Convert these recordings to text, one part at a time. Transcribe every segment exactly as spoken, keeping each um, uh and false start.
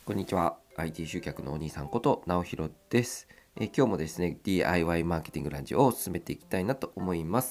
こんにちは。アイティー 集客のお兄さんこと直弘です。えー今日もですね ディーアイワイ マーケティングラジオを進めていきたいなと思います。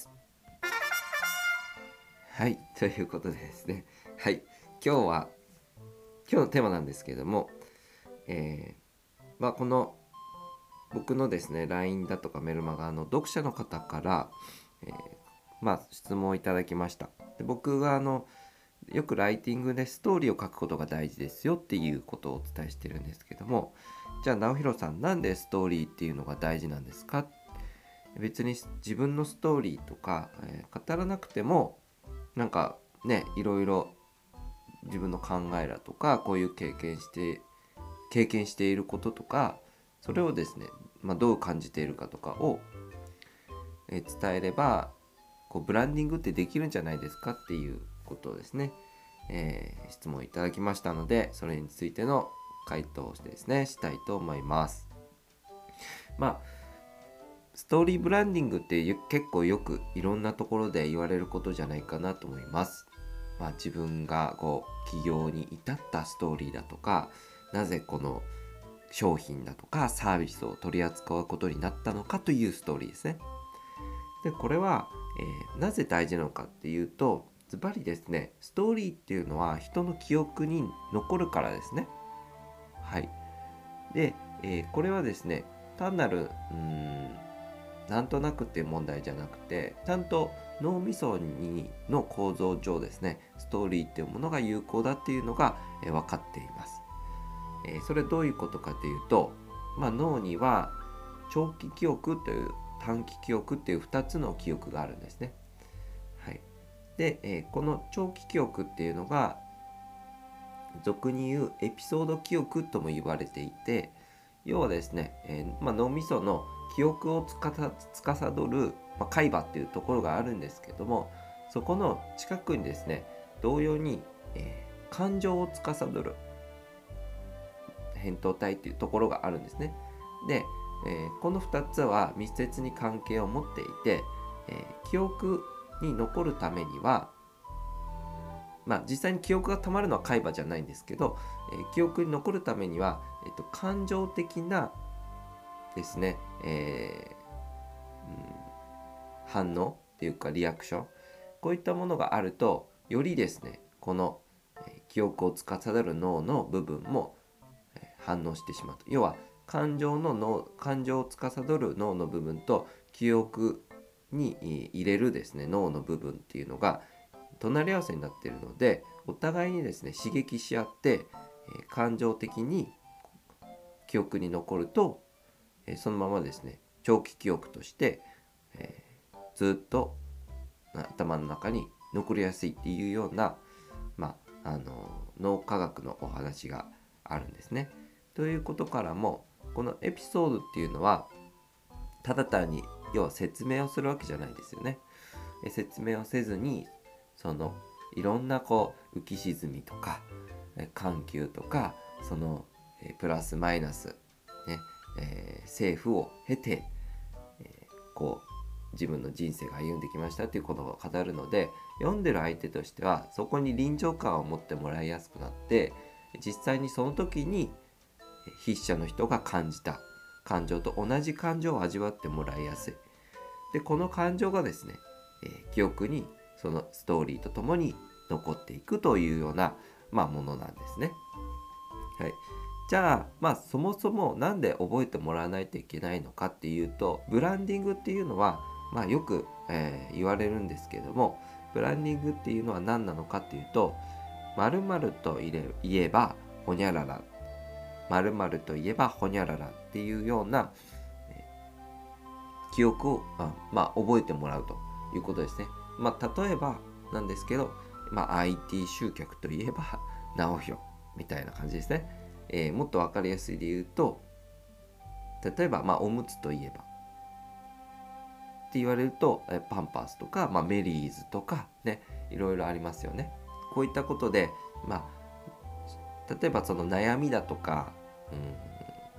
はい、ということでですね、はい、今日は今日のテーマなんですけれども、えーまあ、この僕のですね ライン だとかメルマガの読者の方から、えーまあ、質問をいただきました。で僕があのよくライティングでストーリーを書くことが大事ですよっていうことをお伝えしてるんですけども、じゃあ直弘さん、なんでストーリーっていうのが大事なんですか？別に自分のストーリーとか、えー語らなくてもなんかね、いろいろ自分の考えだとか、こういう経験して経験していることとか、それをですね、まあ、どう感じているかとかを、えー伝えれば、こうブランディングってできるんじゃないですかっていうことをですね、えー質問いただきましたので、それについての回答をしてですねしたいと思います。まあストーリーブランディングって結構よくいろんなところで言われることじゃないかなと思います。まあ、自分がこう起業に至ったストーリーだとか、なぜこの商品だとかサービスを取り扱うことになったのかというストーリーですね。でこれは、えーなぜ大事なのかっていうと、ズバリですね、ストーリーっていうのは人の記憶に残るからですね。はい。で、えーこれはですね、単なるうーんなんとなくっていう問題じゃなくて、ちゃんと脳みそにの構造上ですね、ストーリーっていうものが有効だっていうのが、えー分かっています。えーそれどういうことかというと、まあ、脳には長期記憶という短期記憶っていうふたつの記憶があるんですね。はい。で、えーこの長期記憶っていうのが俗に言うエピソード記憶とも言われていて、要はですね、えーまあ、脳みその記憶をつかさ司る、まあ、海馬っていうところがあるんですけども、そこの近くにですね、同様に、えー感情を司る扁桃体っていうところがあるんですね。で、えーこのふたつは密接に関係を持っていて、えー記憶に残るためには、まあ、実際に記憶がたまるのは海馬じゃないんですけど、えー記憶に残るためには、えっと、感情的なですね、えーうん反応っていうかリアクション、こういったものがあると、よりですねこのえー記憶を司る脳の部分もえー反応してしまうと。要は感情の脳感情を司る脳の部分と記憶にえー入れるですね脳の部分っていうのが隣り合わせになっているので、お互いにですね刺激し合って、えー感情的に記憶に残ると、えーそのままですね長期記憶として、えーずっと頭の中に残りやすいっていうような、まあ、あの脳科学のお話があるんですね。ということからも、このエピソードっていうのはただ単に要は説明をするわけじゃないですよね。え説明をせずに、そのいろんなこう浮き沈みとかえ緩急とか、そのえプラスマイナス、ねえー、政府を経て、えーこう自分の人生が歩んできましたっていうことを語るので、読んでる相手としてはそこに臨場感を持ってもらいやすくなって、実際にその時に筆者の人が感じた感情と同じ感情を味わってもらいやすい。でこの感情がですね、えー記憶にそのストーリーとともに残っていくというような、まあ、ものなんですね。はい。じゃあ、まあそもそもなんで覚えてもらわないといけないのかっていうと、ブランディングっていうのは、まあよく、えー言われるんですけども、ブランディングっていうのは何なのかっていうと、〇〇と言え言えばほにゃらら、〇〇と言えばほにゃららっていうような、えー記憶を、あまあ、覚えてもらうということですね。まあ例えばなんですけど、まあ アイティー 集客といえば直弘みたいな感じですね。えーもっと分かりやすいで言うと、例えば、まあ、おむつといえばって言われると、えパンパースとか、まあ、メリーズとかね、いろいろありますよね。こういったことで、まあ、例えばその悩みだとか、うん、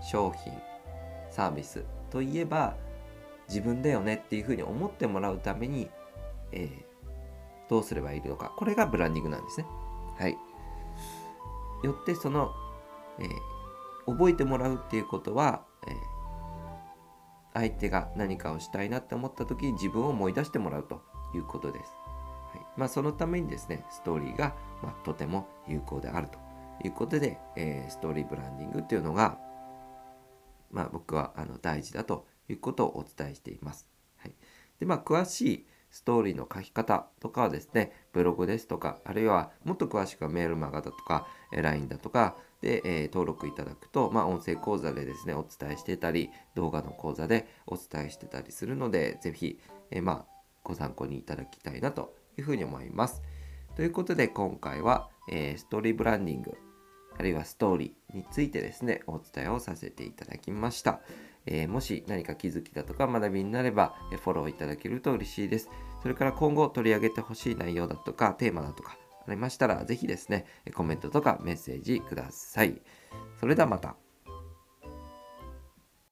商品サービスといえば自分だよねっていうふうに思ってもらうために、えーどうすればいいのか、これがブランディングなんですね。はい。よってそのえー覚えてもらうっていうことは、えー相手が何かをしたいなって思った時に自分を思い出してもらうということです。はい、まあ、そのためにですね、ストーリーが、まあ、とても有効であるということで、えーストーリーブランディングっていうのが、まあ、僕はあの大事だということをお伝えしています。はい、で、まあ、詳しいストーリーの書き方とかはですね、ブログですとか、あるいはもっと詳しくはメールマガだとか、えー ライン だとかで、えー登録いただくと、まあ、音声講座でですね、お伝えしてたり、動画の講座でお伝えしてたりするので、ぜひ、えーまあ、ご参考にいただきたいなというふうに思います。ということで、今回は、えーストーリーブランディング、あるいはストーリーについてですね、お伝えをさせていただきました。えーもし何か気づきだとか学びになれば、えーフォローいただけると嬉しいです。それから今後取り上げてほしい内容だとかテーマだとかありましたら、ぜひですね、コメントとかメッセージください。それではまた。